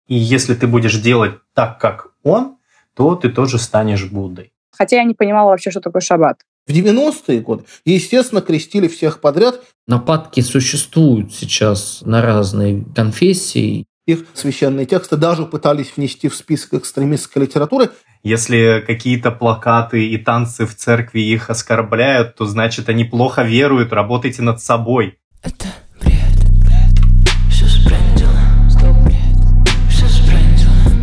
И если ты будешь делать так, как он, то ты тоже станешь Буддой. Хотя я не понимала вообще, что такое шаббат. В 90-е годы, естественно, крестили всех подряд. Нападки существуют сейчас на разные конфессии. Их священные тексты даже пытались внести в список экстремистской литературы. Если какие-то плакаты и танцы в церкви их оскорбляют, то значит они плохо веруют, работайте над собой. Это бред, все сбрендило. Стоп, бред, все сбрендило.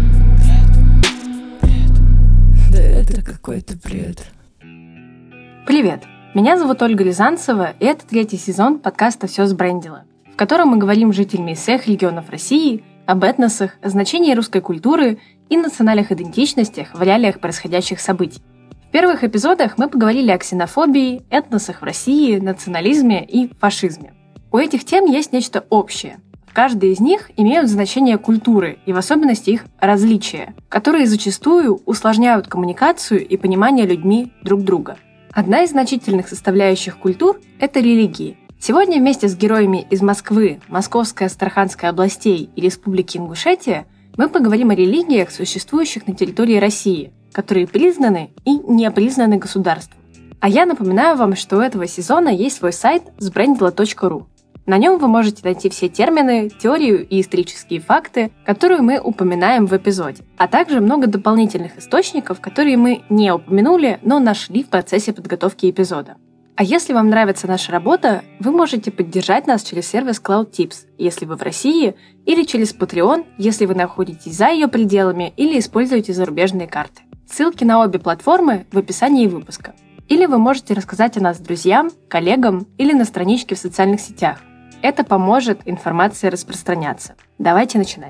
Бред. Да это какой-то бред. Привет! Меня зовут Ольга Рязанцева, и это 3-й сезон подкаста «Все сбрендило», в котором мы говорим с жителями из всех регионов России об этносах, о значении русской культуры и национальных идентичностях в реалиях происходящих событий. В первых эпизодах мы поговорили о ксенофобии, этносах в России, национализме и фашизме. У этих тем есть нечто общее. В каждой из них имеют значение культуры и в особенности их различия, которые зачастую усложняют коммуникацию и понимание людьми друг друга. Одна из значительных составляющих культур – это религии. Сегодня вместе с героями из Москвы, Московской, Астраханской областей и Республики Ингушетия мы поговорим о религиях, существующих на территории России, которые признаны и не признаны государством. А я напоминаю вам, что у этого сезона есть свой сайт sbrendilo.ru. На нем вы можете найти все термины, теорию и исторические факты, которые мы упоминаем в эпизоде, а также много дополнительных источников, которые мы не упомянули, но нашли в процессе подготовки эпизода. А если вам нравится наша работа, вы можете поддержать нас через сервис CloudTips, если вы в России, или через Patreon, если вы находитесь за ее пределами или используете зарубежные карты. Ссылки на обе платформы в описании выпуска. Или вы можете рассказать о нас друзьям, коллегам или на страничке в социальных сетях. Это поможет информации распространяться. Давайте начинать.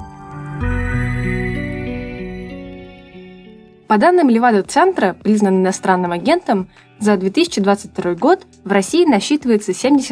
По данным Левада-центра, признанным иностранным агентом, за 2022 год в России насчитывается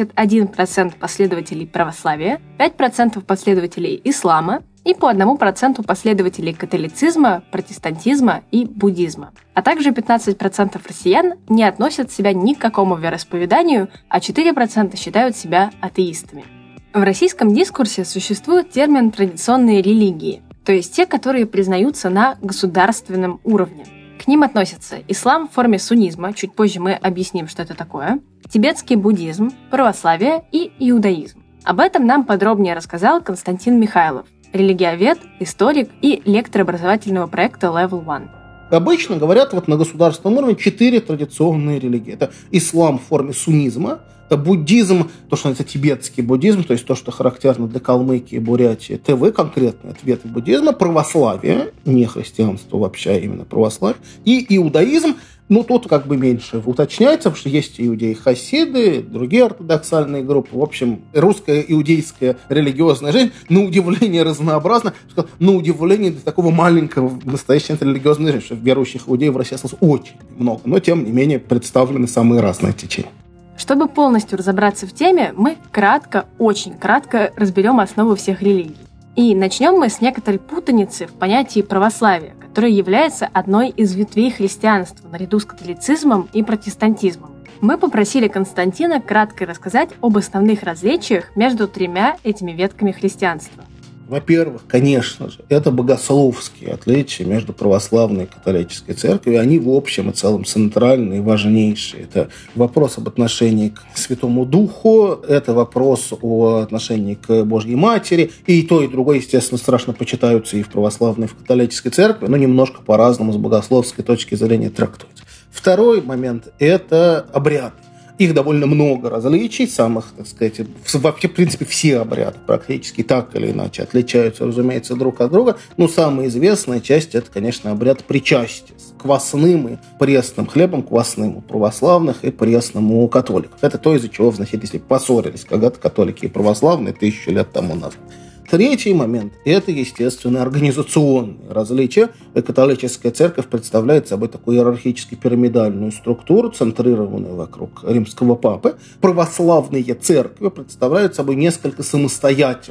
71% последователей православия, 5% последователей ислама и по 1% последователей католицизма, протестантизма и буддизма. А также 15% россиян не относят себя ни к какому вероисповеданию, а 4% считают себя атеистами. В российском дискурсе существует термин «традиционные религии», то есть те, которые признаются на государственном уровне. К ним относятся ислам в форме суннизма, чуть позже мы объясним, что это такое, тибетский буддизм, православие и иудаизм. Об этом нам подробнее рассказал Константин Михайлов, религиовед, историк и лектор образовательного проекта Level One. Обычно говорят на государственном уровне 4 традиционные религии. Это ислам в форме суннизма, это буддизм, то, что называется тибетский буддизм, то есть то, что характерно для Калмыкии, Бурятии, ТВ, конкретные ответы буддизма, православие, не христианство вообще, а именно православие, и иудаизм. Тут меньше уточняется, потому что есть иудеи-хасиды, другие ортодоксальные группы. В общем, русская иудейская религиозная жизнь, на удивление, разнообразна. На удивление для такого маленького настоящей религиозной жизни, что верующих иудеев в России осталось очень много, но, тем не менее, представлены самые разные течения. Чтобы полностью разобраться в теме, мы очень кратко разберем основы всех религий. И начнем мы с некоторой путаницы в понятии православия, которое является одной из ветвей христианства наряду с католицизмом и протестантизмом. Мы попросили Константина кратко рассказать об основных различиях между 3 этими ветками христианства. Во-первых, конечно же, это богословские отличия между православной и католической церковью. Они в общем и целом центральные и важнейшие. Это вопрос об отношении к Святому Духу, это вопрос о отношении к Божьей Матери. И то, и другое, естественно, страшно почитаются и в православной, и в католической церкви, но немножко по-разному с богословской точки зрения трактуются. Второй момент – это обряды. Их довольно много различий, самых, вообще, в принципе, все обряды практически так или иначе отличаются, разумеется, друг от друга. Но самая известная часть – это, конечно, обряд причастия с квасным и пресным хлебом, квасным у православных и пресным у католиков. Это то, из-за чего в значительной степени поссорились когда-то католики и православные 1000 лет тому назад. Третий момент – это, естественно, организационные различия. Католическая церковь представляет собой такую иерархически пирамидальную структуру, центрированную вокруг римского папы. Православные церкви представляют собой несколько самостоятельных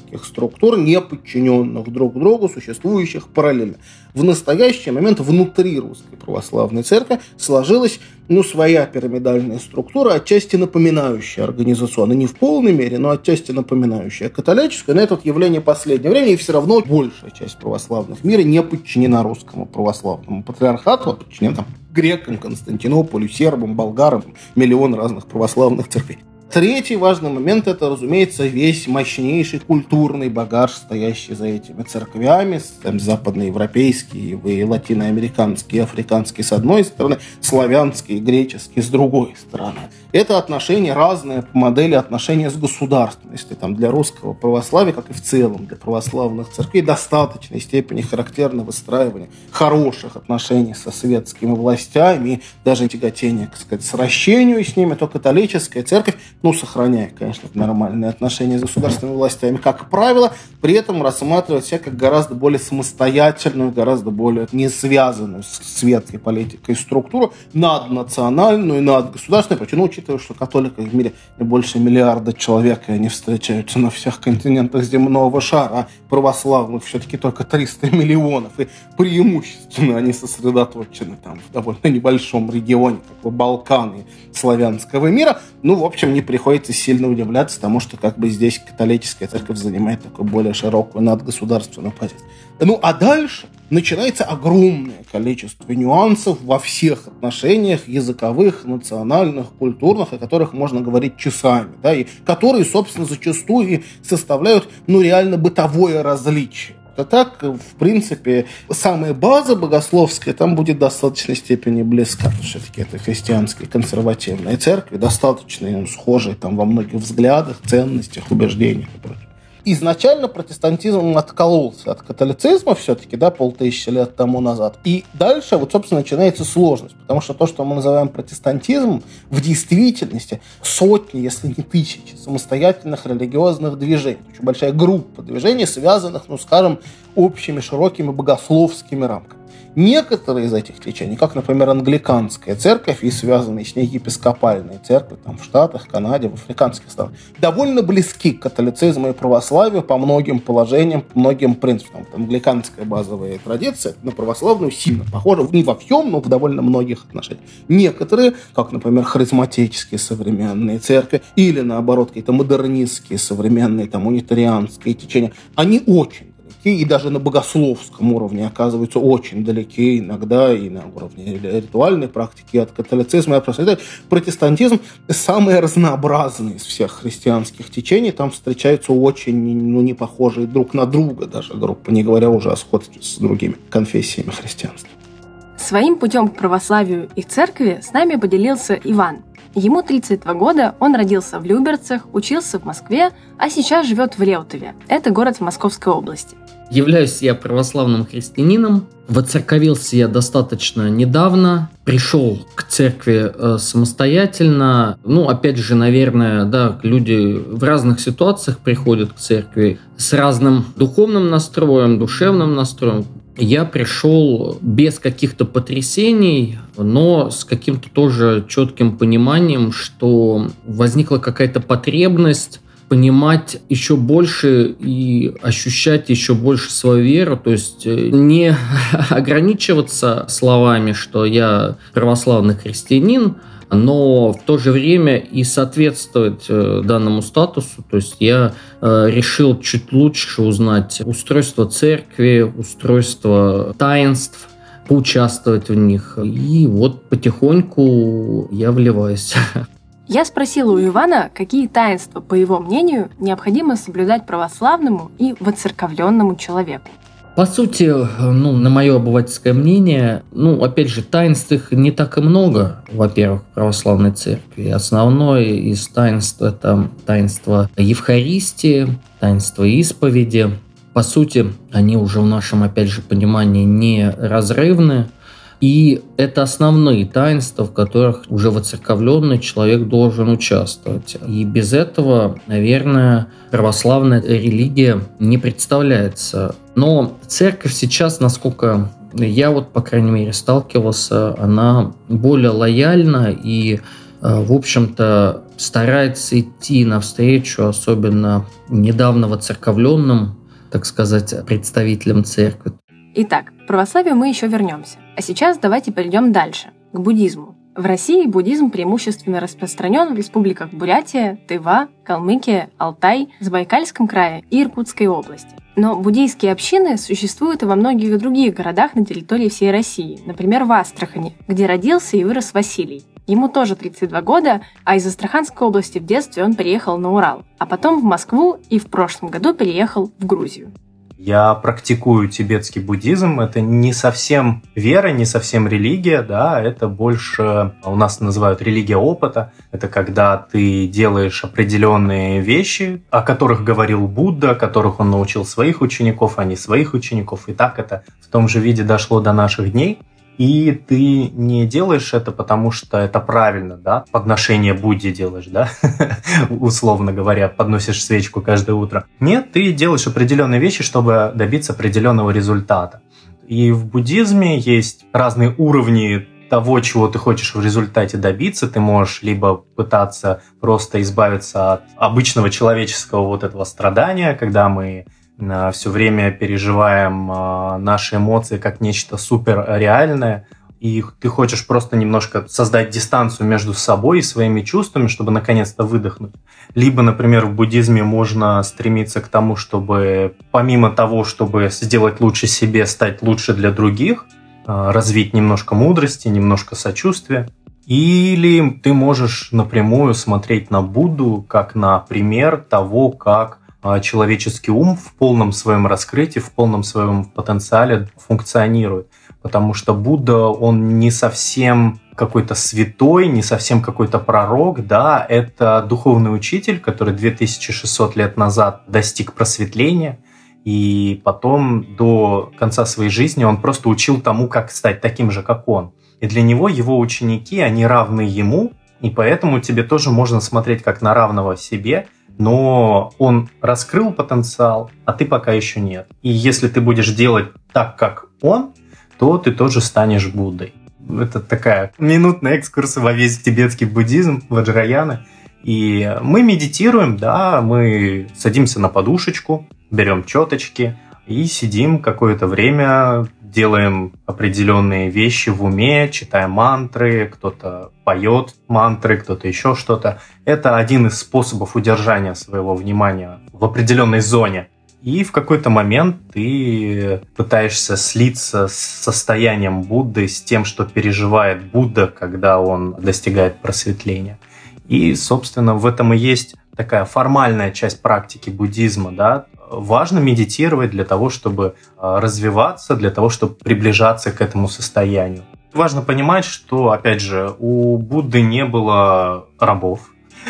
христианских структур, не подчиненных друг другу, существующих параллельно. В настоящий момент внутри Русской Православной Церкви сложилась своя пирамидальная структура, отчасти напоминающая организационно, не в полной мере, но отчасти напоминающая католическую. Но это явление последнего времени, и все равно большая часть православных в мире не подчинена Русскому Православному Патриархату, а подчинена грекам, Константинополю, сербам, болгарам, миллион разных православных церквей. Третий важный момент – это, разумеется, весь мощнейший культурный багаж, стоящий за этими церквями, западноевропейские, и латиноамериканские, и африканские с одной стороны, славянские, греческие с другой стороны. Это отношения разные по модели отношения с государственностью. Для русского православия, как и в целом для православных церквей, в достаточной степени характерно выстраивание хороших отношений со светскими властями, и даже тяготение, к сращению с ними, то католическая церковь, сохраняя, конечно, нормальные отношения с государственными властями, как правило, при этом рассматривает себя как гораздо более самостоятельную, гораздо более не связанную с светской политикой структуру, наднациональную, надгосударственную, почему, учитывая, что католиков в мире больше миллиарда человек, и они встречаются на всех континентах земного шара, а православных все-таки только 300 миллионов, и преимущественно они сосредоточены в довольно небольшом регионе, как Балканы славянского мира. В общем, не приходится сильно удивляться тому, что здесь католическая церковь занимает такую более широкую надгосударственную позицию. А дальше начинается огромное количество нюансов во всех отношениях языковых, национальных, культурных, о которых можно говорить часами, и которые, собственно, зачастую и составляют реально бытовое различие. Так, в принципе, самая база богословская там будет в достаточной степени близка, потому что все-таки это христианские консервативные церкви, достаточно схожие во многих взглядах, ценностях, убеждениях и прочее. Изначально протестантизм откололся от католицизма все-таки, 1500 лет тому назад. И дальше, собственно, начинается сложность, потому что то, что мы называем протестантизмом, в действительности сотни, если не тысячи самостоятельных религиозных движений. Очень большая группа движений, связанных, скажем, общими широкими богословскими рамками. Некоторые из этих течений, как, например, англиканская церковь и связанные с ней епископальные церкви в Штатах, Канаде, в африканских странах, довольно близки к католицизму и православию по многим положениям, по многим принципам. Англиканская базовая традиция на православную сильно похожа, не во всем, но в довольно многих отношениях. Некоторые, как, например, харизматические современные церкви или, наоборот, какие-то модернистские современные, унитарианские течения, они очень и даже на богословском уровне оказываются очень далеки иногда и на уровне ритуальной практики от католицизма. Протестантизм самый разнообразный из всех христианских течений. Там встречаются очень не похожие друг на друга даже группы, не говоря уже о сходстве с другими конфессиями христианства. Своим путем к православию и церкви с нами поделился Иван. Ему 32 года, он родился в Люберцах, учился в Москве, а сейчас живет в Реутове. Это город в Московской области. Являюсь я православным христианином. Воцерковился я достаточно недавно. Пришел к церкви самостоятельно. Опять же, наверное, люди в разных ситуациях приходят к церкви с разным духовным настроем, душевным настроем. Я пришел без каких-то потрясений, но с каким-то тоже четким пониманием, что возникла какая-то потребность понимать еще больше и ощущать еще больше свою веру, то есть не ограничиваться словами, что я православный христианин, но в то же время и соответствовать данному статусу. То есть я решил чуть лучше узнать устройство церкви, устройство таинств, поучаствовать в них. И потихоньку я вливаюсь. Я спросила у Ивана, какие таинства, по его мнению, необходимо соблюдать православному и воцерковленному человеку. По сути, на мое обывательское мнение, опять же, таинств их не так и много, во-первых, в православной церкви. Основное из таинств – это таинство Евхаристии, таинство исповеди. По сути, они уже в нашем, опять же, понимании неразрывны. И это основные таинства, в которых уже воцерковленный человек должен участвовать. И без этого, наверное, православная религия не представляется. Но церковь сейчас, насколько я по крайней мере, сталкивался, она более лояльна и в общем-то, старается идти навстречу особенно недавно воцерковленным, так сказать, представителям церкви. Итак, к православию мы еще вернемся. А сейчас давайте перейдем дальше, к буддизму. В России буддизм преимущественно распространен в республиках Бурятия, Тыва, Калмыкия, Алтай, Забайкальском крае и Иркутской области. Но буддийские общины существуют и во многих других городах на территории всей России, например, в Астрахани, где родился и вырос Василий. Ему тоже 32 года, а из Астраханской области в детстве он переехал на Урал, а потом в Москву и в прошлом году переехал в Грузию. Я практикую тибетский буддизм. Это не совсем вера, не совсем религия, да, это больше у нас называют религия опыта. Это когда ты делаешь определенные вещи, о которых говорил Будда, которых он научил своих учеников, а не своих учеников. И так это в том же виде дошло до наших дней. И ты не делаешь это, потому что это правильно, да, подношение Будде делаешь, да, условно говоря, подносишь свечку каждое утро. Нет, ты делаешь определенные вещи, чтобы добиться определенного результата. И в буддизме есть разные уровни того, чего ты хочешь в результате добиться. Ты можешь либо пытаться просто избавиться от обычного человеческого вот этого страдания, когда мы все время переживаем наши эмоции как нечто суперреальное, и ты хочешь просто немножко создать дистанцию между собой и своими чувствами, чтобы наконец-то выдохнуть. Либо, например, в буддизме можно стремиться к тому, чтобы помимо того, чтобы сделать лучше себе, стать лучше для других, развить немножко мудрости, немножко сочувствия. Или ты можешь напрямую смотреть на Будду как на пример того, как человеческий ум в полном своем раскрытии, в полном своем потенциале функционирует. Потому что Будда, он не совсем какой-то святой, не совсем какой-то пророк, да, это духовный учитель, который 2600 лет назад достиг просветления, и потом до конца своей жизни он просто учил тому, как стать таким же, как он. И для него его ученики, они равны ему, и поэтому тебе тоже можно смотреть как на равного себе, но он раскрыл потенциал, а ты пока еще нет. И если ты будешь делать так, как он, то ты тоже станешь Буддой. Это такая минутная экскурсия во весь тибетский буддизм, ваджраяны. И мы медитируем, да, мы садимся на подушечку, берем четочки и сидим какое-то время, делаем определенные вещи в уме, читаем мантры, кто-то поет мантры, кто-то еще что-то. Это один из способов удержания своего внимания в определенной зоне. И в какой-то момент ты пытаешься слиться с состоянием Будды, с тем, что переживает Будда, когда он достигает просветления. И, собственно, в этом и есть такая формальная часть практики буддизма, да. Важно медитировать для того, чтобы развиваться, для того, чтобы приближаться к этому состоянию. Важно понимать, что, опять же, у Будды не было рабов,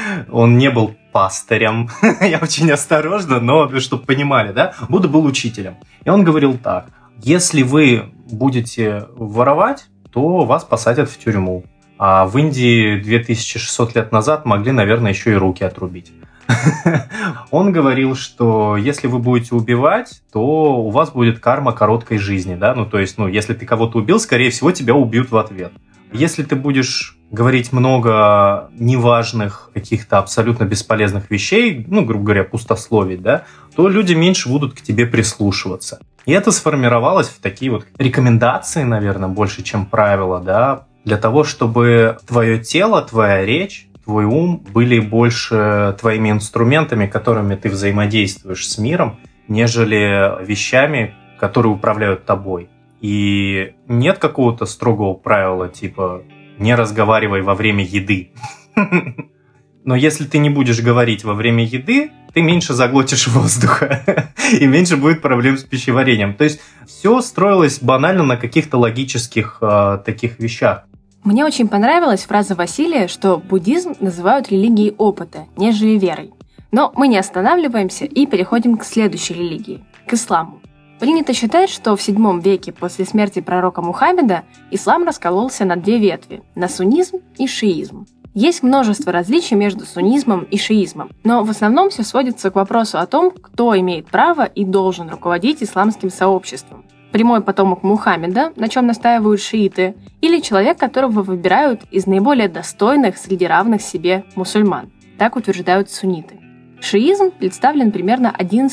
он не был пастырем. Я очень осторожно, но чтобы понимали, да, Будда был учителем. И он говорил так: если вы будете воровать, то вас посадят в тюрьму. А в Индии 2600 лет назад могли, наверное, еще и руки отрубить. Он говорил, что если вы будете убивать, то у вас будет карма короткой жизни, да, то есть, если ты кого-то убил, скорее всего, тебя убьют в ответ. Если ты будешь говорить много неважных, каких-то абсолютно бесполезных вещей, грубо говоря, пустословить, да, то люди меньше будут к тебе прислушиваться. И это сформировалось в такие вот рекомендации, наверное, больше, чем правила, да, для того, чтобы твое тело, твоя речь, твой ум были больше твоими инструментами, которыми ты взаимодействуешь с миром, нежели вещами, которые управляют тобой. И нет какого-то строгого правила, типа «не разговаривай во время еды». Но если ты не будешь говорить во время еды, ты меньше заглотишь воздуха и меньше будет проблем с пищеварением. То есть все строилось банально на каких-то логических таких вещах. Мне очень понравилась фраза Василия, что буддизм называют религией опыта, нежели верой. Но мы не останавливаемся и переходим к следующей религии – к исламу. Принято считать, что в VII веке после смерти пророка Мухаммеда ислам раскололся на две ветви – на суннизм и шиизм. Есть множество различий между суннизмом и шиизмом, но в основном все сводится к вопросу о том, кто имеет право и должен руководить исламским сообществом. прямой потомок Мухаммеда, на чем настаивают шииты, или человек, которого выбирают из наиболее достойных среди равных себе мусульман. Так утверждают сунниты. Шиизм представлен примерно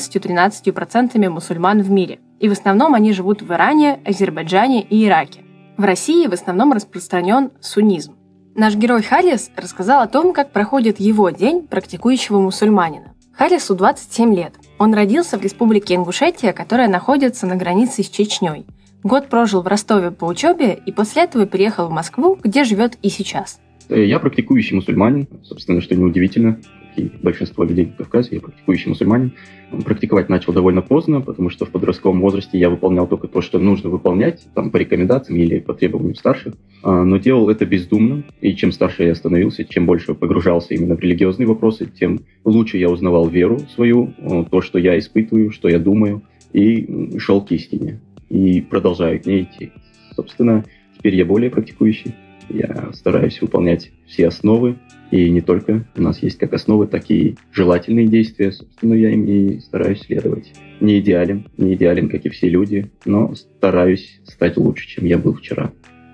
11-13% мусульман в мире, и в основном они живут в Иране, Азербайджане и Ираке. В России в основном распространен суннизм. Наш герой Харис рассказал о том, как проходит его день практикующего мусульманина. Харису 27 лет. Он родился в республике Ингушетия, которая находится на границе с Чечней. Год прожил в Ростове по учебе и после этого переехал в Москву, где живет и сейчас. Я практикующий мусульманин, собственно, что неудивительно, как и большинство людей в Кавказе, я практикующий мусульманин. Практиковать начал довольно поздно, потому что в подростковом возрасте я выполнял только то, что нужно выполнять, там, по рекомендациям или по требованиям старших, но делал это бездумно, и чем старше я становился, чем больше погружался именно в религиозные вопросы, тем лучше я узнавал веру свою, то, что я испытываю, что я думаю, и шел к истине, и продолжаю к ней идти. Собственно, теперь я более практикующий. Я стараюсь выполнять все основы, и не только. У нас есть как основы, так и желательные действия. Собственно, я им и стараюсь следовать. Не идеален, как и все люди, но стараюсь стать лучше, чем я был вчера.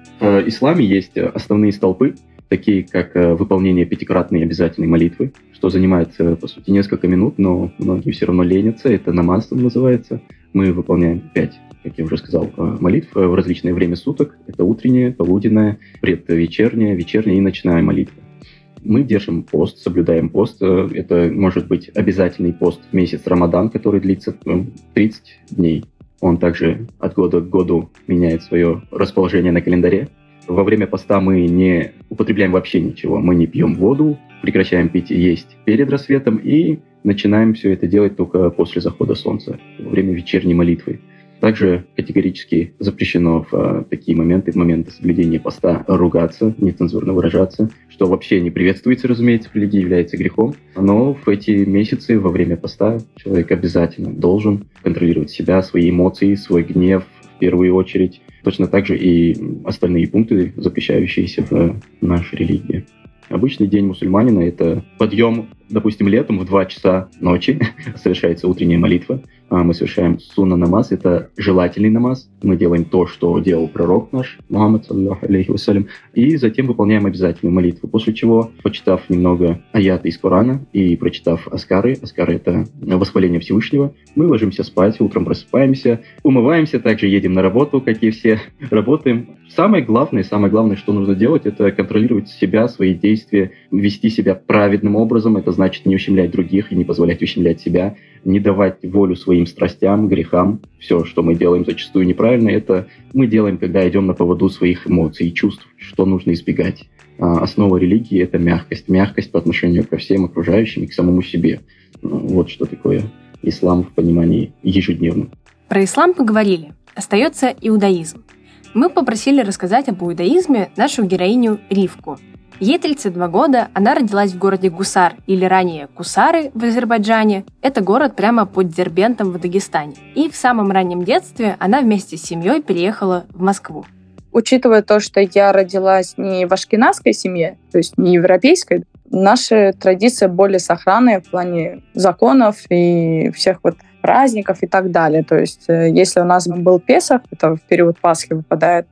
В исламе есть основные столпы, такие как выполнение 5-кратной обязательной молитвы, что занимает, по сути, несколько минут, но многие все равно ленятся. Это намаз называется. Мы выполняем 5, как я уже сказал, молитв в различное время суток. Это утренняя, полуденная, предвечерняя, вечерняя и ночная молитва. Мы держим пост, соблюдаем пост. Это может быть обязательный пост в месяц Рамадан, который длится 30 дней. Он также от года к году меняет свое расположение на календаре. Во время поста мы не употребляем вообще ничего. Мы не пьем воду, прекращаем пить и есть перед рассветом и начинаем все это делать только после захода солнца, во время вечерней молитвы. Также категорически запрещено в такие моменты, в моменты соблюдения поста, ругаться, нецензурно выражаться, что вообще не приветствуется, разумеется, в религии, является грехом. Но в эти месяцы во время поста человек обязательно должен контролировать себя, свои эмоции, свой гнев в первую очередь. Точно так же и остальные пункты, запрещающиеся в нашей религии. Обычный день мусульманина – это подъем, допустим, летом в 2 часа ночи, совершается утренняя молитва. Мы совершаем сунна-намаз, это желательный намаз. Мы делаем то, что делал пророк наш, Мухаммад, саллаллаху алейхи вассалям, и затем выполняем обязательную молитву. После чего, почитав немного аяты из Корана и прочитав аскары – это восхваление Всевышнего, мы ложимся спать, утром просыпаемся, умываемся, также едем на работу, как и все, работаем. Самое главное, что нужно делать, это контролировать себя, свои действия, вести себя праведным образом. Это значит не ущемлять других и не позволять ущемлять себя, не давать волю своим страстям, грехам. Все, что мы делаем зачастую неправильно, это мы делаем, когда идем на поводу своих эмоций и чувств, что нужно избегать. Основа религии – это мягкость. Мягкость по отношению ко всем окружающим и к самому себе. Вот что такое ислам в понимании ежедневном. Про ислам поговорили. Остается иудаизм. Мы попросили рассказать об иудаизме нашу героиню Ривку. Ей 32 года, она родилась в городе Гусар, или ранее Кусары в Азербайджане. Это город прямо под Дербентом в Дагестане. И в самом раннем детстве она вместе с семьей переехала в Москву. Учитывая то, что я родилась не в ашкеназской семье, то есть не европейской, наши традиции более сохранные в плане законов и всех праздников и так далее. То есть если у нас был Песах, это в период Пасхи выпадает,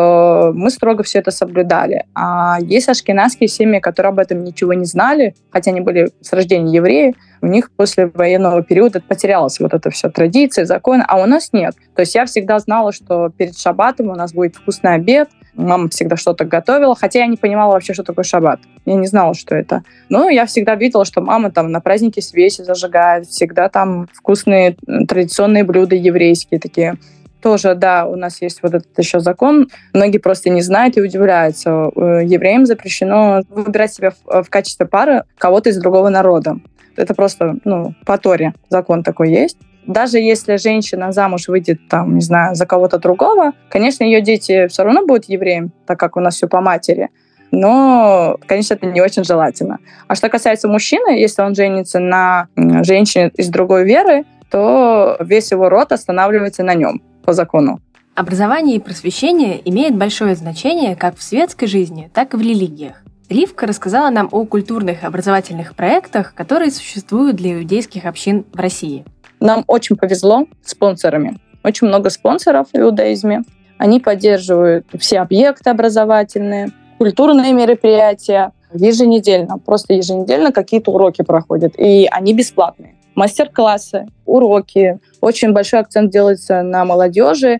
то мы строго все это соблюдали. А есть ашкеназские семьи, которые об этом ничего не знали, хотя они были с рождения евреи, у них после военного периода потерялась эта вся традиция, закон, а у нас нет. То есть я всегда знала, что перед шаббатом у нас будет вкусный обед, мама всегда что-то готовила, хотя я не понимала вообще, что такое шаббат. Я не знала, что это. Но я всегда видела, что мама там на празднике свечи зажигает, всегда там вкусные традиционные блюда еврейские такие. Тоже, да, у нас есть этот еще закон. Многие просто не знают и удивляются. Евреям запрещено выбирать себя в качестве пары кого-то из другого народа. Это просто, по Торе закон такой есть. Даже если женщина замуж выйдет, за кого-то другого, конечно, ее дети все равно будут евреем, так как у нас все по матери. Но, конечно, это не очень желательно. А что касается мужчины, если он женится на женщине из другой веры, то весь его род останавливается на нем по закону. Образование и просвещение имеют большое значение как в светской жизни, так и в религиях. Ривка рассказала нам о культурных образовательных проектах, которые существуют для иудейских общин в России. Нам очень повезло с спонсорами. очень много спонсоров в иудаизме. Они поддерживают все объекты образовательные, культурные мероприятия еженедельно. Просто еженедельно какие-то уроки проходят, и они бесплатные. Мастер-классы, уроки. Очень большой акцент делается на молодежи.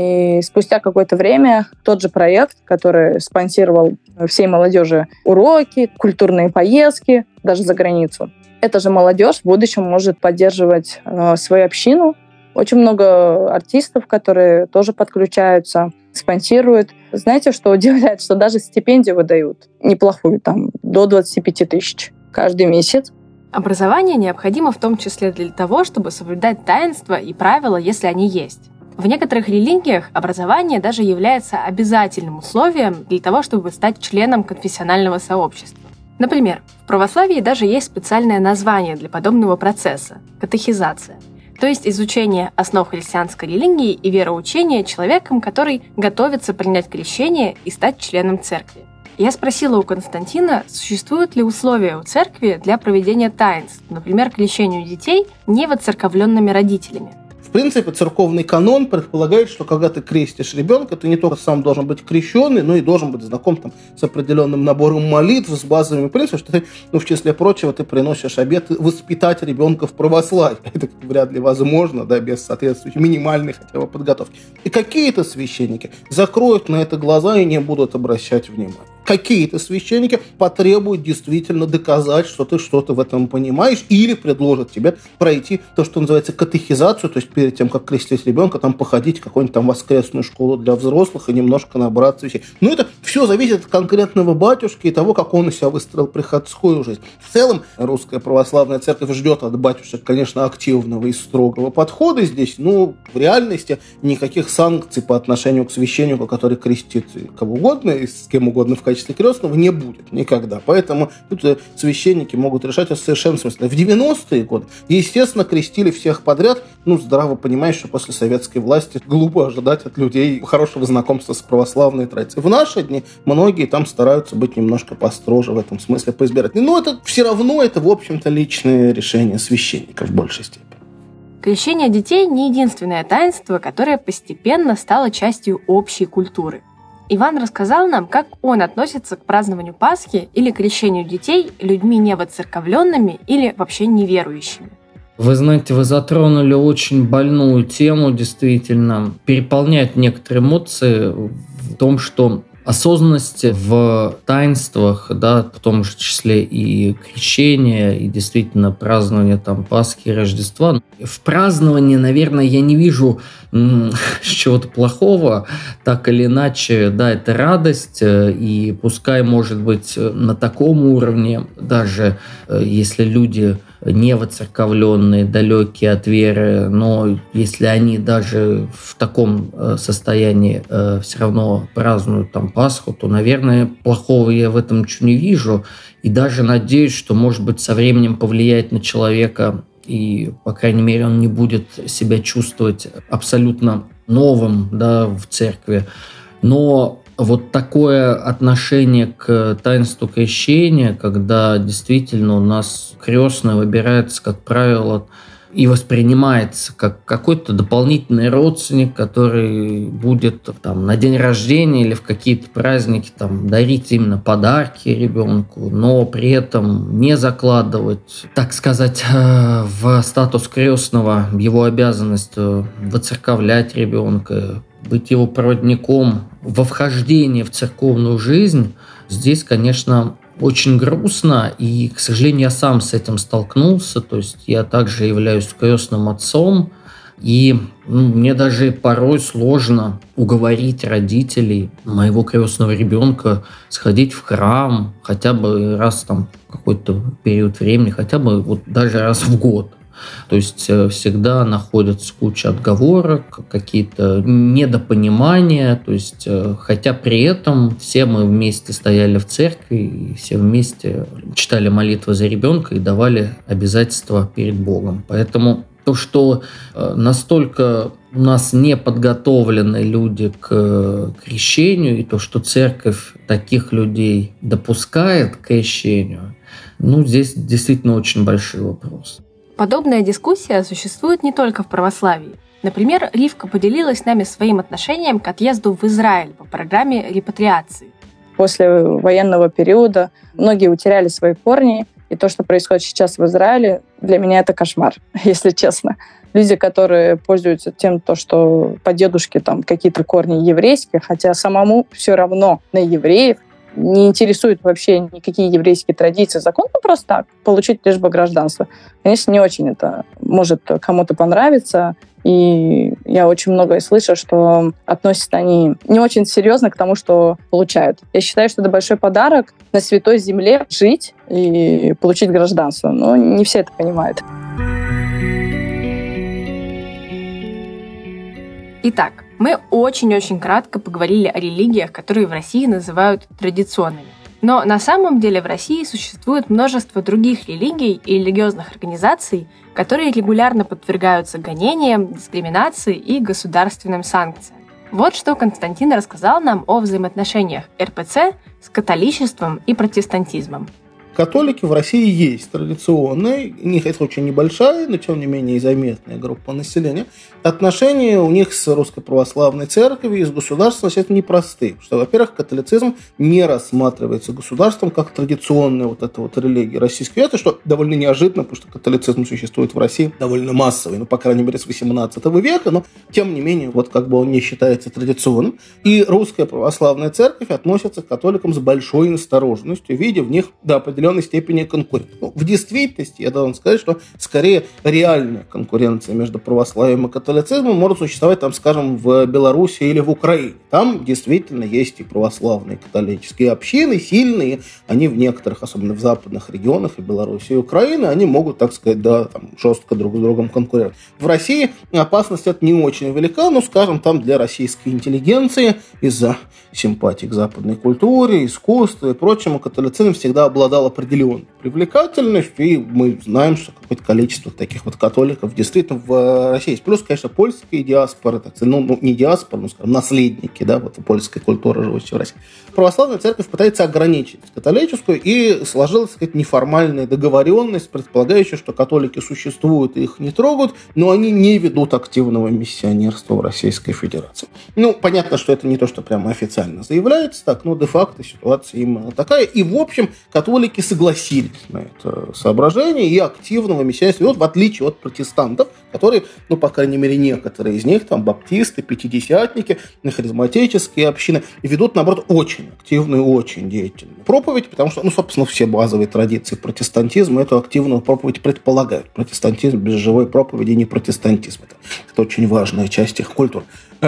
И спустя какое-то время тот же проект, который спонсировал всей молодежи уроки, культурные поездки, даже за границу, эта же молодежь в будущем может поддерживать свою общину. Очень много артистов, которые тоже подключаются, спонсируют. Знаете, что удивляет? Что даже стипендию выдают неплохую, там, до 25 тысяч каждый месяц. Образование необходимо в том числе для того, чтобы соблюдать таинства и правила, если они есть. В некоторых религиях образование даже является обязательным условием для того, чтобы стать членом конфессионального сообщества. Например, в православии даже есть специальное название для подобного процесса – катехизация. То есть изучение основ христианской религии и вероучения человеком, который готовится принять крещение и стать членом церкви. Я спросила у Константина, существуют ли условия у церкви для проведения таинств, например, крещению детей невоцерковленными родителями. В принципе, церковный канон предполагает, что когда ты крестишь ребенка, ты не только сам должен быть крещенный, но и должен быть знаком там, с определенным набором молитв, с базовыми принципами, что ты, в числе прочего, ты приносишь обет воспитать ребенка в православии. Это вряд ли возможно, да, без соответствующей минимальной хотя бы подготовки. И какие-то священники закроют на это глаза и не будут обращать внимания. Какие-то священники потребуют действительно доказать, что ты что-то в этом понимаешь, или предложат тебе пройти то, что называется катехизацию, то есть перед тем, как крестить ребенка, там походить в какую-нибудь там воскресную школу для взрослых и немножко набраться вещей. Но это все зависит от конкретного батюшки и того, как он из себя выстроил приходскую жизнь. В целом, русская православная церковь ждет от батюшек, конечно, активного и строгого подхода здесь, но в реальности никаких санкций по отношению к священнику, который крестит кого угодно и с кем угодно в качестве крестного, не будет никогда. Поэтому тут священники могут решать в совершенном смысле. В 90-е годы, естественно, крестили всех подряд, здраво понимаешь, что после советской власти глупо ожидать от людей хорошего знакомства с православной традицией. В наши дни многие там стараются быть немножко построже в этом смысле, поизбирательнее. Но это все равно, это, в общем-то, личное решение священника в большей степени. Крещение детей не единственное таинство, которое постепенно стало частью общей культуры. Иван рассказал нам, как он относится к празднованию Пасхи или крещению детей людьми невоцерковленными или вообще неверующими. Вы знаете, вы затронули очень больную тему, действительно. Переполняют некоторые эмоции в том, что осознанность в таинствах, да, в том же числе и крещение, и действительно празднование там Пасхи и Рождества. В праздновании, наверное, я не вижу чего-то плохого. Так или иначе, да, это радость, и пускай, может быть, на таком уровне, даже если люди невоцерковленные, далекие от веры, но если они даже в таком состоянии все равно празднуют там Пасху, то, наверное, плохого я в этом ничего не вижу. И даже надеюсь, что, может быть, со временем повлияет на человека, и, по крайней мере, он не будет себя чувствовать абсолютно новым, да, в церкви. Но вот такое отношение к таинству крещения, когда действительно у нас крестный выбирается, как правило, и воспринимается как какой-то дополнительный родственник, который будет там на день рождения или в какие-то праздники там дарить именно подарки ребенку, но при этом не закладывать, так сказать, в статус крестного его обязанность воцерковлять ребенка, быть его проводником во вхождении в церковную жизнь. Здесь, конечно, очень грустно, и, к сожалению, я сам с этим столкнулся, то есть я также являюсь крестным отцом, и мне даже порой сложно уговорить родителей моего крестного ребенка сходить в храм хотя бы раз там в какой-то период времени, хотя бы вот даже раз в год. То есть всегда находится куча отговорок, какие-то недопонимания, то есть, хотя при этом все мы вместе стояли в церкви, и все вместе читали молитвы за ребенка и давали обязательства перед Богом. Поэтому то, что настолько у нас не подготовлены люди к крещению, и то, что церковь таких людей допускает к крещению, здесь действительно очень большой вопрос. Подобная дискуссия существует не только в православии. Например, Ривка поделилась с нами своим отношением к отъезду в Израиль по программе репатриации. После военного периода многие утеряли свои корни, и то, что происходит сейчас в Израиле, для меня это кошмар, если честно. Люди, которые пользуются тем, что по дедушке там какие-то корни еврейские, хотя самому все равно на евреев, не интересует вообще никакие еврейские традиции, закон, просто так, получить лишь бы гражданство. Конечно, не очень это может кому-то понравиться, и я очень многое слышу, что относятся они не очень серьезно к тому, что получают. Я считаю, что это большой подарок на святой земле жить и получить гражданство, но не все это понимают. Итак, мы очень-очень кратко поговорили о религиях, которые в России называют традиционными. Но на самом деле в России существует множество других религий и религиозных организаций, которые регулярно подвергаются гонениям, дискриминации и государственным санкциям. Вот что Константин рассказал нам о взаимоотношениях РПЦ с католичеством и протестантизмом. Католики в России есть традиционные, у них это очень небольшая, но тем не менее и заметная группа населения. Отношения у них с Русской Православной Церковью и с государством это непростые. Потому что, во-первых, католицизм не рассматривается государством как традиционная вот эта вот религия российской веры, что довольно неожиданно, потому что католицизм существует в России довольно массовый, по крайней мере, с 18 века, но тем не менее, он не считается традиционным. И Русская Православная Церковь относится к католикам с большой настороженностью, видя в них до определенной степени конкурент. В действительности, я должен сказать, что скорее реальная конкуренция между православием и католицизмом может существовать, скажем, в Беларуси или в Украине. Там действительно есть и православные католические общины, сильные. Они в некоторых, особенно в западных регионах, и Беларуси, и Украины, они могут, так сказать, жестко друг с другом конкурировать. В России опасность это не очень велика, но, скажем, там для российской интеллигенции из-за симпатий к западной культуре, искусству и прочему католицизм всегда обладал определенной привлекательностью, и мы знаем, что какое-то количество таких католиков действительно в России есть. Плюс, конечно, польские диаспоры, не диаспоры, скажем, наследники, польской культуры, живущей в России. Православная церковь пытается ограничить католическую, и сложилась неформальная договоренность, предполагающая, что католики существуют и их не трогают, но они не ведут активного миссионерства в Российской Федерации. Понятно, что это не то, что прямо официально заявляется так, но де-факто ситуация именно такая. И, в общем, католики согласились на это соображение и активного миссионерства ведут, в отличие от протестантов, которые, по крайней мере, некоторые из них, баптисты, пятидесятники, харизматические общины, ведут, наоборот, очень активную, очень деятельную проповедь, потому что, собственно, все базовые традиции протестантизма эту активную проповедь предполагают. Протестантизм без живой проповеди не протестантизм. Это очень важная часть их культуры.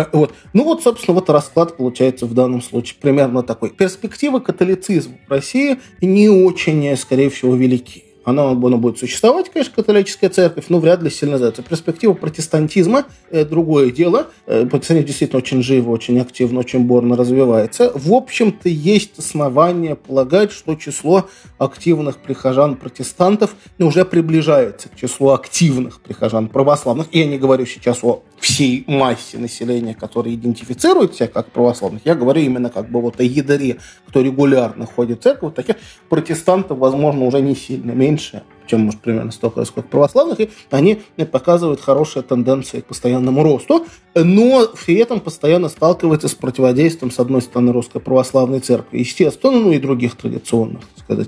Собственно, расклад получается в данном случае примерно такой. Перспективы католицизма в России не очень, скорее всего, велики. Она будет существовать, конечно, католическая церковь, но вряд ли сильно зайдется. Перспектива протестантизма – другое дело. Протестантизм действительно очень живо, очень активно, очень бурно развивается. В общем-то, есть основания полагать, что число активных прихожан-протестантов уже приближается к числу активных прихожан православных. И я не говорю сейчас о всей массе населения, которые идентифицируют себя как православных. Я говорю именно о ядре, кто регулярно ходит в церковь. Таких протестантов, возможно, уже не сильно меньше, чем, примерно столько, сколько православных, и они показывают хорошие тенденции к постоянному росту, но при этом постоянно сталкиваются с противодействием, с одной стороны, Русской Православной Церкви, естественно, и других традиционных,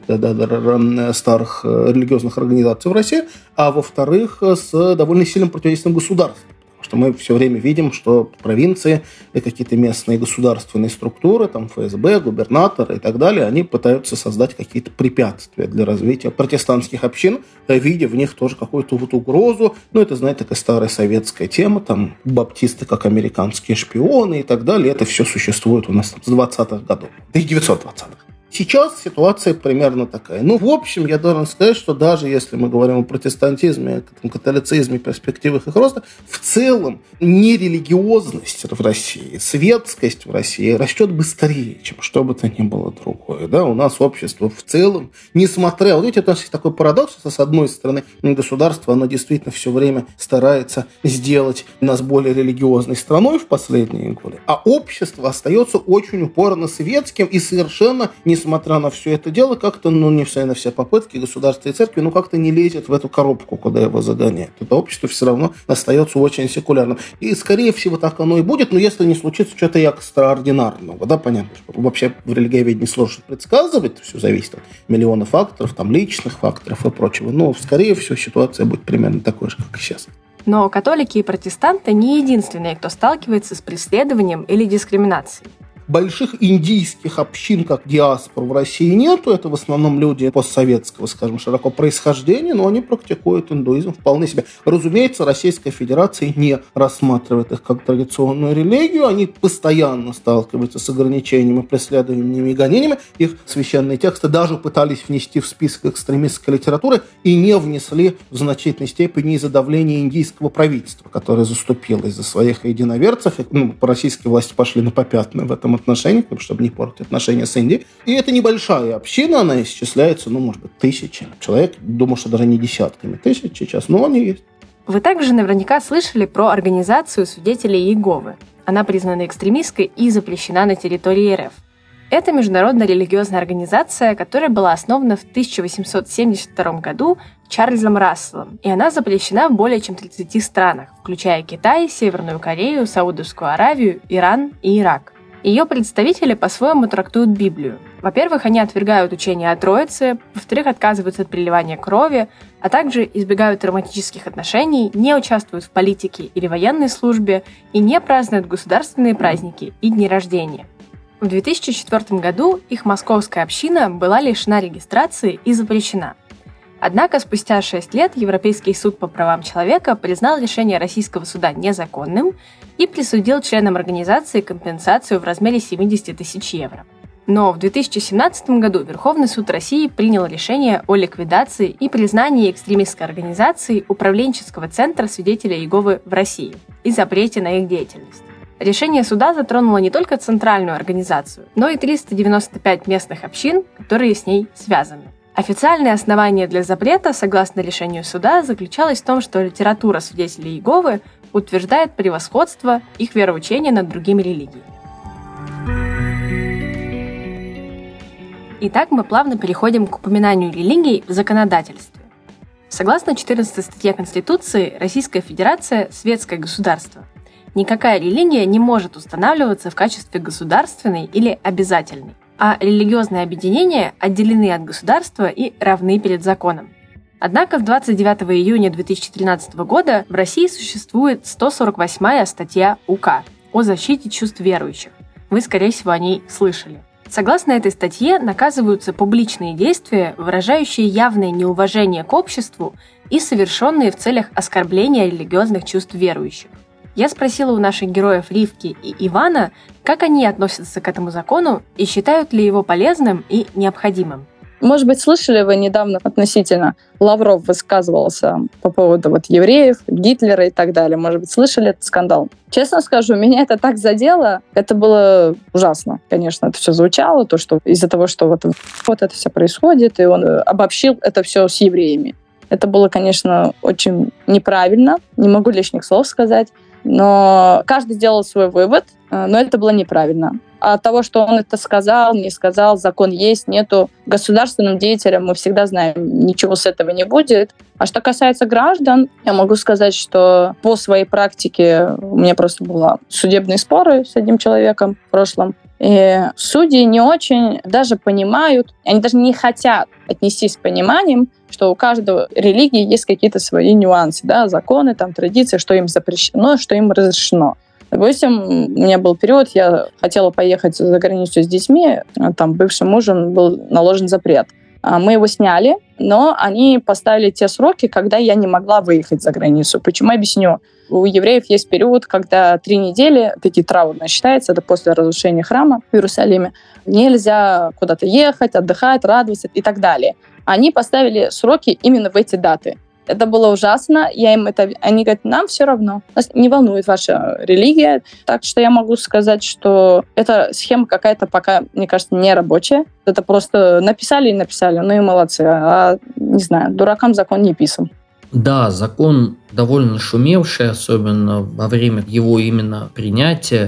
старых религиозных организаций в России, а во-вторых, с довольно сильным противодействием государства. Что мы все время видим, что провинции и какие-то местные государственные структуры, ФСБ, губернаторы и так далее, они пытаются создать какие-то препятствия для развития протестантских общин, видя в них тоже какую-то угрозу. Это, такая старая советская тема, баптисты как американские шпионы и так далее. Это все существует у нас с 20-х годов, 1920-х. Сейчас ситуация примерно такая. В общем, я должен сказать, что даже если мы говорим о протестантизме, католицизме, перспективах их роста, в целом нерелигиозность в России, светскость в России растет быстрее, чем что бы то ни было другое. У нас общество в целом, несмотря... Видите, у нас есть такой парадокс, что, с одной стороны, государство, оно действительно все время старается сделать нас более религиозной страной в последние годы, а общество остается очень упорно светским и совершенно не несмотря на все это дело, как-то, несмотря на все попытки государства и церкви, как-то не лезет в эту коробку, куда его загоняют. Это общество все равно остается очень секулярным. И, скорее всего, так оно и будет, но если не случится что-то экстраординарного, да, понятно, что вообще в религиоведении сложно предсказывать, все зависит от миллиона факторов, там, личных факторов и прочего, но, скорее всего, ситуация будет примерно такой же, как и сейчас. Но католики и протестанты не единственные, кто сталкивается с преследованием или дискриминацией. Больших индийских общин, как диаспор, в России нету. Это в основном люди постсоветского, скажем, широко происхождения, но они практикуют индуизм вполне себе. Разумеется, Российская Федерация не рассматривает их как традиционную религию. Они постоянно сталкиваются с ограничениями, преследованиями и гонениями. Их священные тексты даже пытались внести в список экстремистской литературы и не внесли в значительной степени из-за давления индийского правительства, которое заступилось за своих единоверцев. Российские власти пошли на попятную в этом отношениях, чтобы не портить отношения с Индией. И это небольшая община, она исчисляется, может быть, тысячами человек. Думаю, что даже не десятками тысяч сейчас, но они есть. Вы также наверняка слышали про организацию свидетелей Иеговы. Она признана экстремистской и запрещена на территории РФ. Это международная религиозная организация, которая была основана в 1872 году Чарльзом Расселом, и она запрещена в более чем 30 странах, включая Китай, Северную Корею, Саудовскую Аравию, Иран и Ирак. Ее представители по-своему трактуют Библию. Во-первых, они отвергают учение о Троице, во-вторых, отказываются от переливания крови, а также избегают романтических отношений, не участвуют в политике или военной службе и не празднуют государственные праздники и дни рождения. В 2004 году их московская община была лишена регистрации и запрещена. Однако спустя 6 лет Европейский суд по правам человека признал решение российского суда незаконным и присудил членам организации компенсацию в размере 70 тысяч евро. Но в 2017 году Верховный суд России принял решение о ликвидации и признании экстремистской организации Управленческого центра свидетелей Иеговы в России и запрете на их деятельность. Решение суда затронуло не только центральную организацию, но и 395 местных общин, которые с ней связаны. Официальное основание для запрета, согласно решению суда, заключалось в том, что литература свидетелей Иеговы утверждает превосходство их вероучения над другими религиями. Итак, мы плавно переходим к упоминанию религий в законодательстве. Согласно 14 статье Конституции, Российская Федерация – светское государство. Никакая религия не может устанавливаться в качестве государственной или обязательной, а религиозные объединения отделены от государства и равны перед законом. Однако 29 июня 2013 года в России существует 148-я статья УК о защите чувств верующих. Вы, скорее всего, о ней слышали. Согласно этой статье наказываются публичные действия, выражающие явное неуважение к обществу и совершенные в целях оскорбления религиозных чувств верующих. Я спросила у наших героев Ривки и Ивана, как они относятся к этому закону и считают ли его полезным и необходимым. Может быть, слышали вы недавно относительно Лавров высказывался по поводу евреев, Гитлера и так далее. Может быть, слышали этот скандал? Честно скажу, меня это так задело. Это было ужасно, конечно. Это все звучало, то, что из-за того, что вот это все происходит, и он обобщил это все с евреями. Это было, конечно, очень неправильно. Не могу лишних слов сказать. Но каждый сделал свой вывод, но это было неправильно. А от того, что он это сказал, не сказал, закон есть, нету, государственным деятелям мы всегда знаем, ничего с этого не будет. А что касается граждан, я могу сказать, что по своей практике у меня просто были судебные споры с одним человеком в прошлом. И судьи не очень даже понимают, они даже не хотят отнестись с пониманием, что у каждой религии есть какие-то свои нюансы, да, законы, традиции, что им запрещено, что им разрешено. Допустим, у меня был период, я хотела поехать за границу с детьми, бывшим мужем был наложен запрет. Мы его сняли, но они поставили те сроки, когда я не могла выехать за границу. Почему? Объясню. У евреев есть период, когда 3 недели, такие траурные считается, это после разрушения храма в Иерусалиме, нельзя куда-то ехать, отдыхать, радоваться и так далее. Они поставили сроки именно в эти даты. Это было ужасно. Они говорят, нам все равно. Нас не волнует ваша религия. Так что я могу сказать, что эта схема какая-то пока, мне кажется, не рабочая. Это просто написали и написали. Ну и молодцы. А не знаю, дуракам закон не писан. Да, закон довольно шумевший, особенно во время его именно принятия.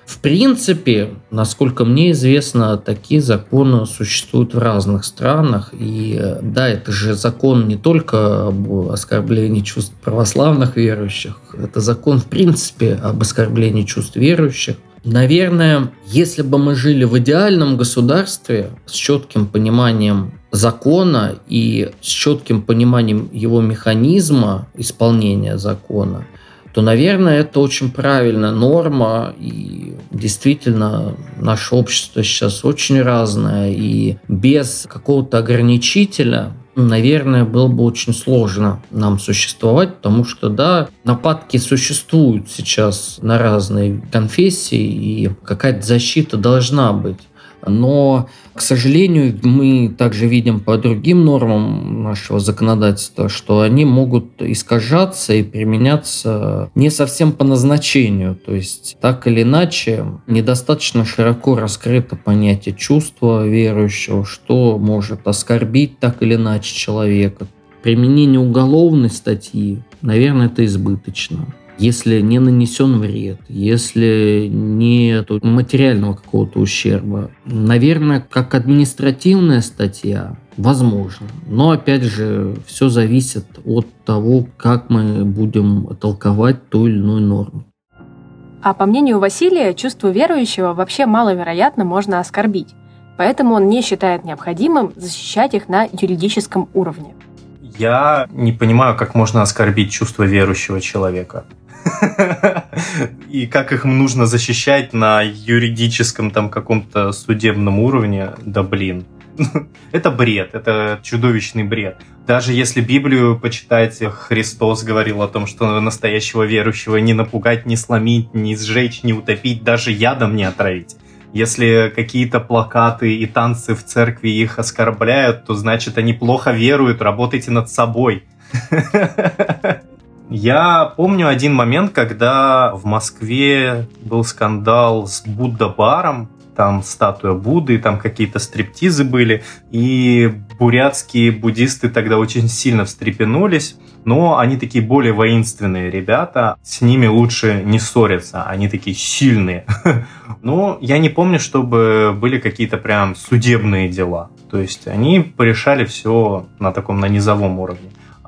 В принципе, насколько мне известно, такие законы существуют в разных странах. И да, это же закон не только об оскорблении чувств православных верующих, это закон, в принципе, об оскорблении чувств верующих. Наверное, если бы мы жили в идеальном государстве с четким пониманием закона и с четким пониманием его механизма исполнения закона, то, наверное, это очень правильная норма. И действительно, наше общество сейчас очень разное. И без какого-то ограничителя, наверное, было бы очень сложно нам существовать, потому что, да, нападки существуют сейчас на разные конфессии, и какая-то защита должна быть. Но, к сожалению, мы также видим по другим нормам нашего законодательства, что они могут искажаться и применяться не совсем по назначению. То есть, так или иначе, недостаточно широко раскрыто понятие чувства верующего, что может оскорбить так или иначе человека. Применение уголовной статьи, наверное, это избыточно. Если не нанесен вред, если нет материального какого-то ущерба. Наверное, как административная статья, возможно. Но, опять же, все зависит от того, как мы будем толковать ту или иную норму. А по мнению Василия, чувство верующего вообще маловероятно можно оскорбить. Поэтому он не считает необходимым защищать их на юридическом уровне. Я не понимаю, как можно оскорбить чувство верующего человека. И как их нужно защищать на юридическом там каком-то судебном уровне. Да блин. Это бред, это чудовищный бред. Даже если Библию почитать, Христос говорил о том, что настоящего верующего не напугать, не сломить, не сжечь, не утопить, даже ядом не отравить. Если какие-то плакаты и танцы в церкви их оскорбляют, то значит они плохо веруют, работайте над собой. Я помню один момент, когда в Москве был скандал с Будда-баром, там статуя Будды, там какие-то стриптизы были, и бурятские буддисты тогда очень сильно встрепенулись, но они такие более воинственные ребята, с ними лучше не ссориться, они такие сильные. Но я не помню, чтобы были какие-то прям судебные дела, то есть они порешали все на низовом уровне.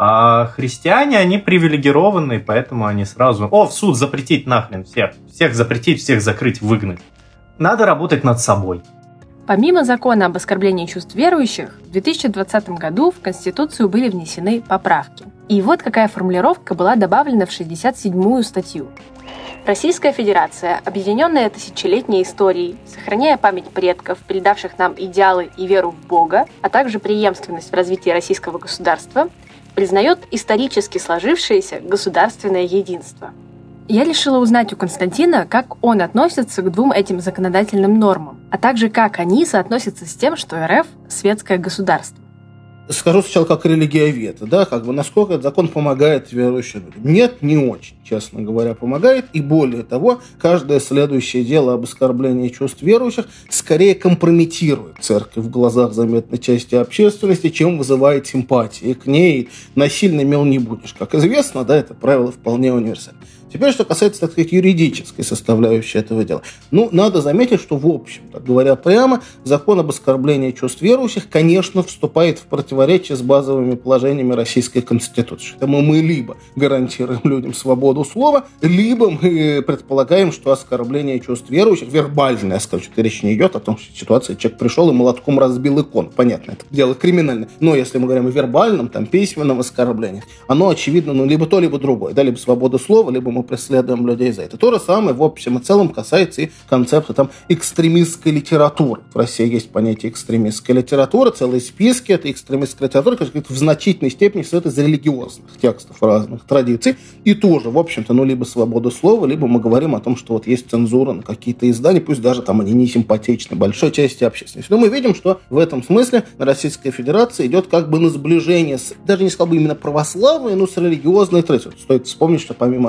А христиане, они привилегированные, поэтому они сразу... в суд запретить нахрен всех. Всех запретить, всех закрыть, выгнать. Надо работать над собой. Помимо закона об оскорблении чувств верующих, в 2020 году в Конституцию были внесены поправки. И вот какая формулировка была добавлена в 67-ю статью. Российская Федерация, объединенная тысячелетней историей, сохраняя память предков, передавших нам идеалы и веру в Бога, а также преемственность в развитии российского государства, признает исторически сложившееся государственное единство. Я решила узнать у Константина, как он относится к двум этим законодательным нормам, а также как они соотносятся с тем, что РФ – светское государство. Скажу сначала как религиовед, насколько этот закон помогает верующим людям. Нет, не очень, честно говоря, помогает. И более того, каждое следующее дело об оскорблении чувств верующих скорее компрометирует церковь в глазах заметной части общественности, чем вызывает симпатии к ней. Насильно мил не будешь. Как известно, это правило вполне универсальное. Теперь, что касается, так сказать, юридической составляющей этого дела. Надо заметить, что, в общем, говоря прямо, закон об оскорблении чувств верующих, конечно, вступает в противоречие с базовыми положениями Российской Конституции. Поэтому мы либо гарантируем людям свободу слова, либо мы предполагаем, что оскорбление чувств верующих, вербальное, что речь не идет о том, что ситуация, человек пришел и молотком разбил икону. Понятно, это дело криминальное. Но если мы говорим о вербальном, письменном оскорблении, оно, очевидно, либо то, либо другое. Либо свобода слова, либо мы преследуем людей за это. То же самое, в общем и целом, касается и концепта экстремистской литературы. В России есть понятие экстремистской литературы, целые списки этой экстремистской литературы, которая в значительной степени состоит из религиозных текстов разных традиций. И тоже, в общем-то, либо свобода слова, либо мы говорим о том, что есть цензура на какие-то издания, пусть даже они не симпатичны большой части общественности. Но мы видим, что в этом смысле Российская Федерация идет на сближение с, даже не сказал бы именно православной, но с религиозной традицией. Стоит вспомнить, что помимо оскорбления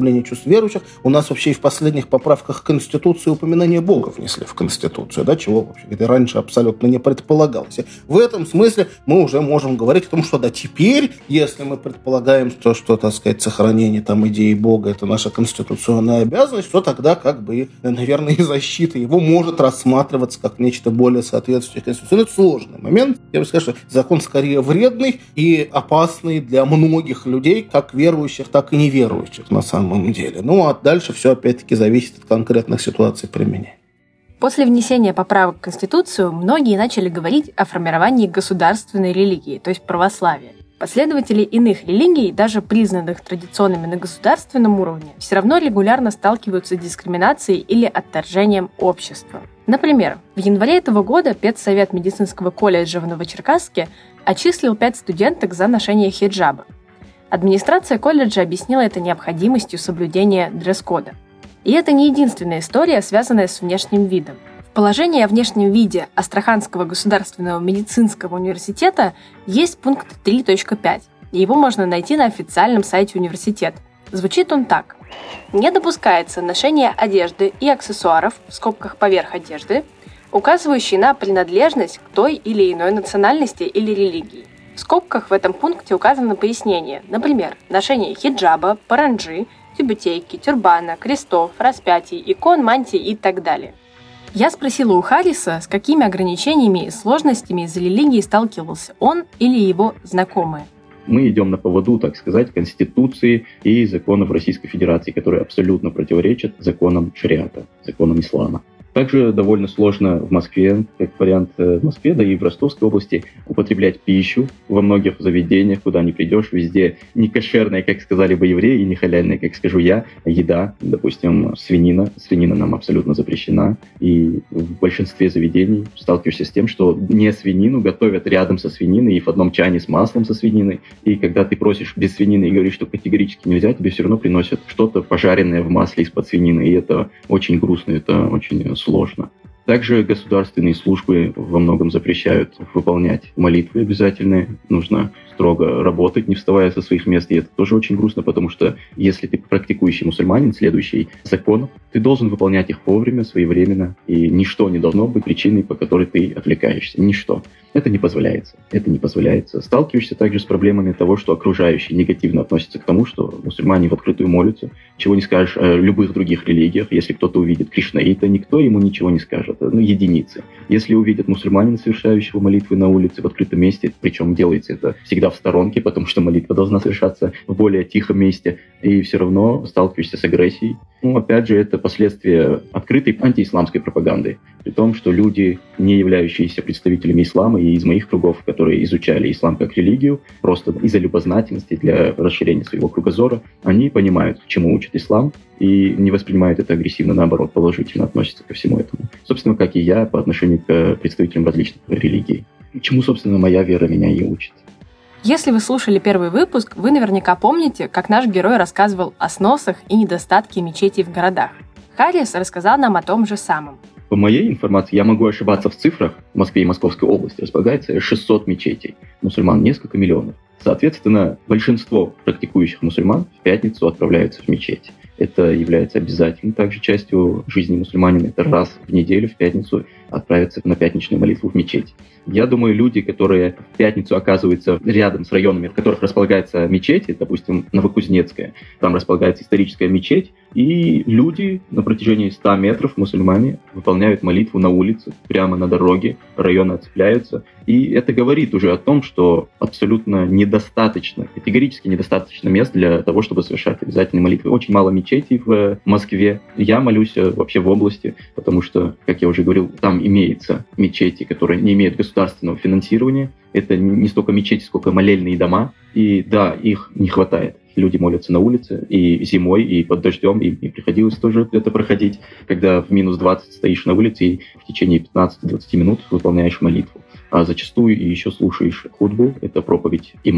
оскорбление чувств верующих. У нас вообще и в последних поправках к Конституции упоминание Бога внесли в Конституцию, да, чего вообще раньше абсолютно не предполагалось. И в этом смысле мы уже можем говорить о том, что да, теперь, если мы предполагаем, что так сказать, сохранение там идеи Бога — это наша конституционная обязанность, то тогда как бы, наверное, и защита его может рассматриваться как нечто более соответствующее Конституции. Но это сложный момент. Я бы сказал, что закон скорее вредный и опасный для многих людей, как верующих, так и неверующих на самом деле. Ну, а дальше все опять-таки зависит от конкретных ситуаций применения. После внесения поправок в Конституцию многие начали говорить о формировании государственной религии, то есть православия. Последователи иных религий, даже признанных традиционными на государственном уровне, все равно регулярно сталкиваются с дискриминацией или отторжением общества. Например, в январе этого года педсовет медицинского колледжа в Новочеркасске отчислил 5 студенток за ношение хиджаба. Администрация колледжа объяснила это необходимостью соблюдения дресс-кода. И это не единственная история, связанная с внешним видом. В положении о внешнем виде Астраханского государственного медицинского университета есть пункт 3.5, и его можно найти на официальном сайте университета. Звучит он так. Не допускается ношение одежды и аксессуаров, в скобках поверх одежды, указывающие на принадлежность к той или иной национальности или религии. В скобках в этом пункте указано пояснение, например, ношение хиджаба, паранджи, тюбетейки, тюрбана, крестов, распятий, икон, мантий и так далее. Я спросила у Харриса, с какими ограничениями и сложностями из-за религии сталкивался он или его знакомые. Мы идем на поводу, так сказать, Конституции и законов Российской Федерации, которые абсолютно противоречат законам шариата, законам ислама. Также довольно сложно в Москве, как вариант в Москве, да и в Ростовской области, употреблять пищу во многих заведениях, куда ни придешь, везде не кошерная, как сказали бы евреи, и не халяльная, как скажу я, еда, допустим, свинина. Свинина нам абсолютно запрещена, и в большинстве заведений сталкиваешься с тем, что не свинину готовят рядом со свининой и в одном чане с маслом со свининой, и когда ты просишь без свинины и говоришь, что категорически нельзя, тебе все равно приносят что-то пожаренное в масле из-под свинины, и это очень грустно, это очень сложно. Также государственные службы во многом запрещают выполнять молитвы обязательные. Нужно строго работать, не вставая со своих мест. И это тоже очень грустно, потому что если ты практикующий мусульманин, следующий закону, ты должен выполнять их вовремя, своевременно. И ничто не должно быть причиной, по которой ты отвлекаешься. Ничто. Это не позволяется. Это не позволяется. Сталкиваешься также с проблемами того, что окружающие негативно относятся к тому, что мусульмане в открытую молятся. Чего не скажешь о любых других религиях. Если кто-то увидит кришнаита, никто ему ничего не скажет. Единицы. Если увидят мусульманина, совершающего молитвы на улице в открытом месте, причем делается это всегда в сторонке, потому что молитва должна совершаться в более тихом месте, и все равно сталкиваешься с агрессией. Опять же, это последствия открытой антиисламской пропаганды. При том, что люди, не являющиеся представителями ислама, и из моих кругов, которые изучали ислам как религию, просто из-за любознательности, для расширения своего кругозора, они понимают, к чему учит ислам, и не воспринимают это агрессивно, наоборот, положительно относятся ко всему этому. Собственно, как и я по отношению к представителям различных религий. Чему, собственно, моя вера меня и учит. Если вы слушали первый выпуск, вы наверняка помните, как наш герой рассказывал о сносах и недостатке мечетей в городах. Харрис рассказал нам о том же самом. По моей информации, я могу ошибаться в цифрах, в Москве и Московской области располагается 600 мечетей, мусульман несколько миллионов. Соответственно, большинство практикующих мусульман в пятницу отправляются в мечеть. Это является обязательной также частью жизни мусульманина. Это раз в неделю, в пятницу, отправиться на пятничную молитву в мечеть. Я думаю, люди, которые в пятницу оказываются рядом с районами, в которых располагается мечеть, допустим, Новокузнецкая, там располагается историческая мечеть, и люди на протяжении 100 метров, мусульмане, выполняют молитву на улице, прямо на дороге, районы оцепляются. И это говорит уже о том, что абсолютно недостаточно, категорически недостаточно мест для того, чтобы совершать обязательные молитвы. Очень мало мечетей в Москве. Я молюсь вообще в области, потому что, как я уже говорил, там имеются мечети, которые не имеют государственного финансирования. Это не столько мечети, сколько молельные дома. И да, их не хватает. Люди молятся на улице и зимой, и под дождем, и приходилось тоже это проходить, когда в минус 20 стоишь на улице и в течение 15-20 минут выполняешь молитву. А зачастую и еще слушаешь хутбу, это проповедь имама,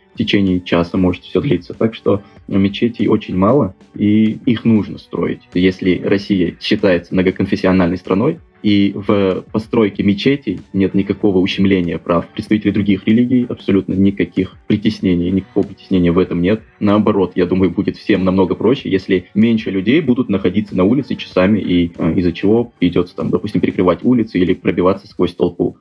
в течение часа может все длиться. Так что мечетей очень мало, и их нужно строить. Если Россия считается многоконфессиональной страной, и в постройке мечетей нет никакого ущемления прав представителей других религий, абсолютно никаких притеснений, никакого притеснения в этом нет. Наоборот, я думаю, будет всем намного проще, если меньше людей будут находиться на улице часами, и из-за чего придется, там, допустим, перекрывать улицы или пробиваться сквозь толпу.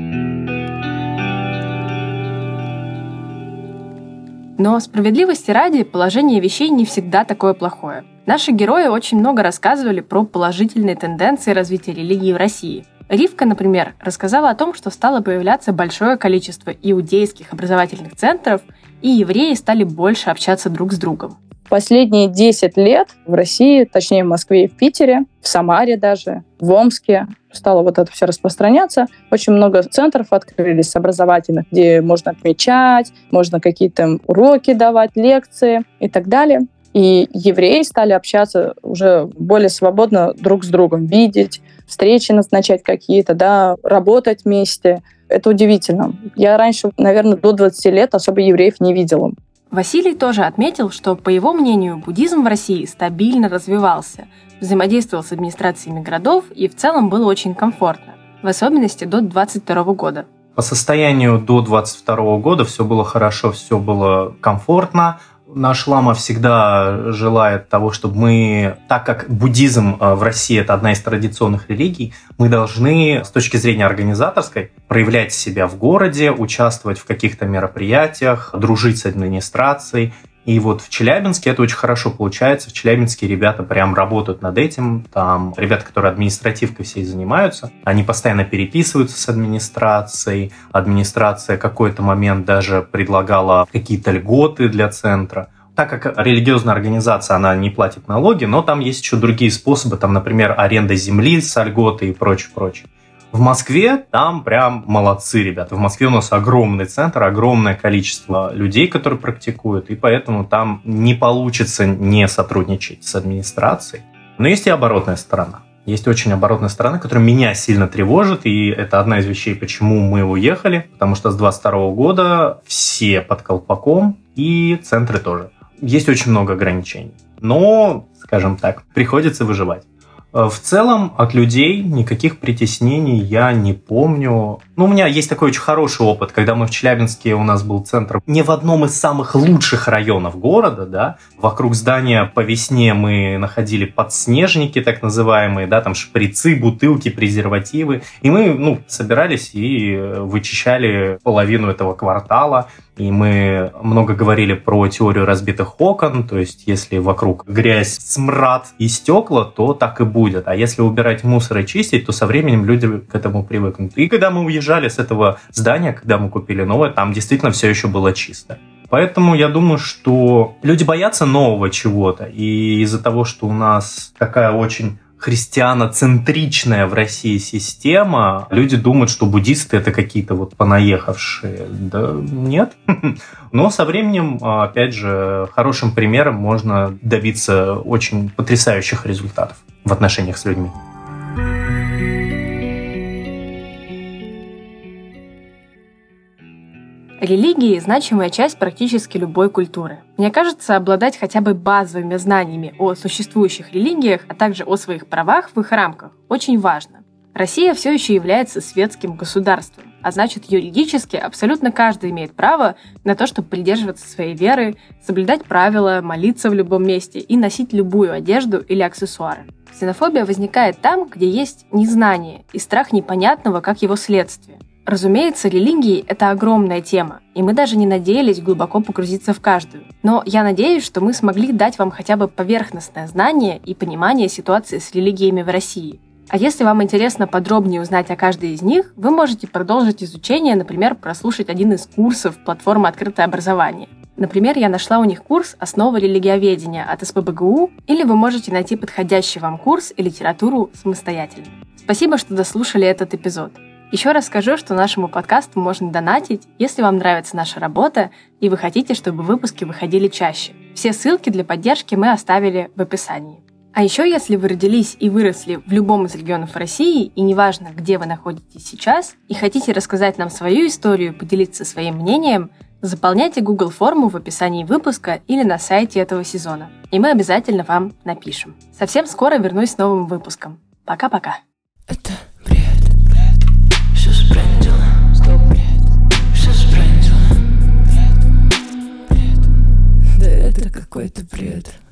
Но справедливости ради, положение вещей не всегда такое плохое. Наши герои очень много рассказывали про положительные тенденции развития религии в России. Ривка, например, рассказала о том, что стало появляться большое количество иудейских образовательных центров, и евреи стали больше общаться друг с другом. Последние 10 лет в России, точнее в Москве и в Питере, в Самаре даже, в Омске стало вот это все распространяться. Очень много центров открылись образовательных, где можно отмечать, можно какие-то уроки давать, лекции и так далее. И евреи стали общаться уже более свободно друг с другом, видеть, встречи назначать какие-то, да, работать вместе. Это удивительно. Я раньше, наверное, до 20 лет особо евреев не видела. Василий тоже отметил, что, по его мнению, буддизм в России стабильно развивался, взаимодействовал с администрациями городов и в целом было очень комфортно, в особенности до 2022 года. По состоянию до 2022 года все было хорошо, все было комфортно. Наш лама всегда желает того, чтобы мы, так как буддизм в России – это одна из традиционных религий, мы должны с точки зрения организаторской проявлять себя в городе, участвовать в каких-то мероприятиях, дружить с администрацией. И вот в Челябинске это очень хорошо получается. В Челябинске ребята прям работают над этим. Там ребята, которые административкой всей занимаются, они постоянно переписываются с администрацией. Администрация в какой-то момент даже предлагала какие-то льготы для центра. Так как религиозная организация, она не платит налоги, но там есть еще другие способы, там, например, аренда земли с льготой и прочее. В Москве там прям молодцы ребята. В Москве у нас огромный центр, огромное количество людей, которые практикуют, и поэтому там не получится не сотрудничать с администрацией. Но есть и оборотная сторона. Есть очень оборотная сторона, которая меня сильно тревожит, и это одна из вещей, почему мы уехали, потому что с 2022 года все под колпаком, и центры тоже. Есть очень много ограничений. Но, скажем так, приходится выживать. В целом от людей никаких притеснений я не помню. У меня есть такой очень хороший опыт, когда мы в Челябинске, у нас был центр не в одном из самых лучших районов города, да, вокруг здания по весне мы находили подснежники, так называемые, да, там шприцы, бутылки, презервативы, и мы, собирались и вычищали половину этого квартала. И мы много говорили про теорию разбитых окон, то есть если вокруг грязь, смрад и стекла, то так и будет. А если убирать мусор и чистить, то со временем люди к этому привыкнут. И когда мы уезжали с этого здания, когда мы купили новое, там действительно все еще было чисто. Поэтому я думаю, что люди боятся нового чего-то. И из-за того, что у нас такая очень христианоцентричная в России система, люди думают, что буддисты это какие-то понаехавшие. Да нет. Но со временем, опять же, хорошим примером можно добиться очень потрясающих результатов в отношениях с людьми. Религии – значимая часть практически любой культуры. Мне кажется, обладать хотя бы базовыми знаниями о существующих религиях, а также о своих правах в их рамках очень важно. Россия все еще является светским государством, а значит, юридически абсолютно каждый имеет право на то, чтобы придерживаться своей веры, соблюдать правила, молиться в любом месте и носить любую одежду или аксессуары. Ксенофобия возникает там, где есть незнание и страх непонятного как его следствие. Разумеется, религии – это огромная тема, и мы даже не надеялись глубоко погрузиться в каждую. Но я надеюсь, что мы смогли дать вам хотя бы поверхностное знание и понимание ситуации с религиями в России. А если вам интересно подробнее узнать о каждой из них, вы можете продолжить изучение, например, прослушать один из курсов платформы «Открытое образование». Например, я нашла у них курс «Основы религиоведения» от СПбГУ, или вы можете найти подходящий вам курс и литературу самостоятельно. Спасибо, что дослушали этот эпизод. Еще раз скажу, что нашему подкасту можно донатить, если вам нравится наша работа и вы хотите, чтобы выпуски выходили чаще. Все ссылки для поддержки мы оставили в описании. А еще, если вы родились и выросли в любом из регионов России, и неважно, где вы находитесь сейчас, и хотите рассказать нам свою историю, поделиться своим мнением, Заполняйте Google форму в описании выпуска или на сайте этого сезона, и мы обязательно вам напишем. Совсем скоро вернусь с новым выпуском. Пока-пока. Это бред. Все сбрендило. Стоп, бред. Все сбрендило. Бред. Да это какой-то бред.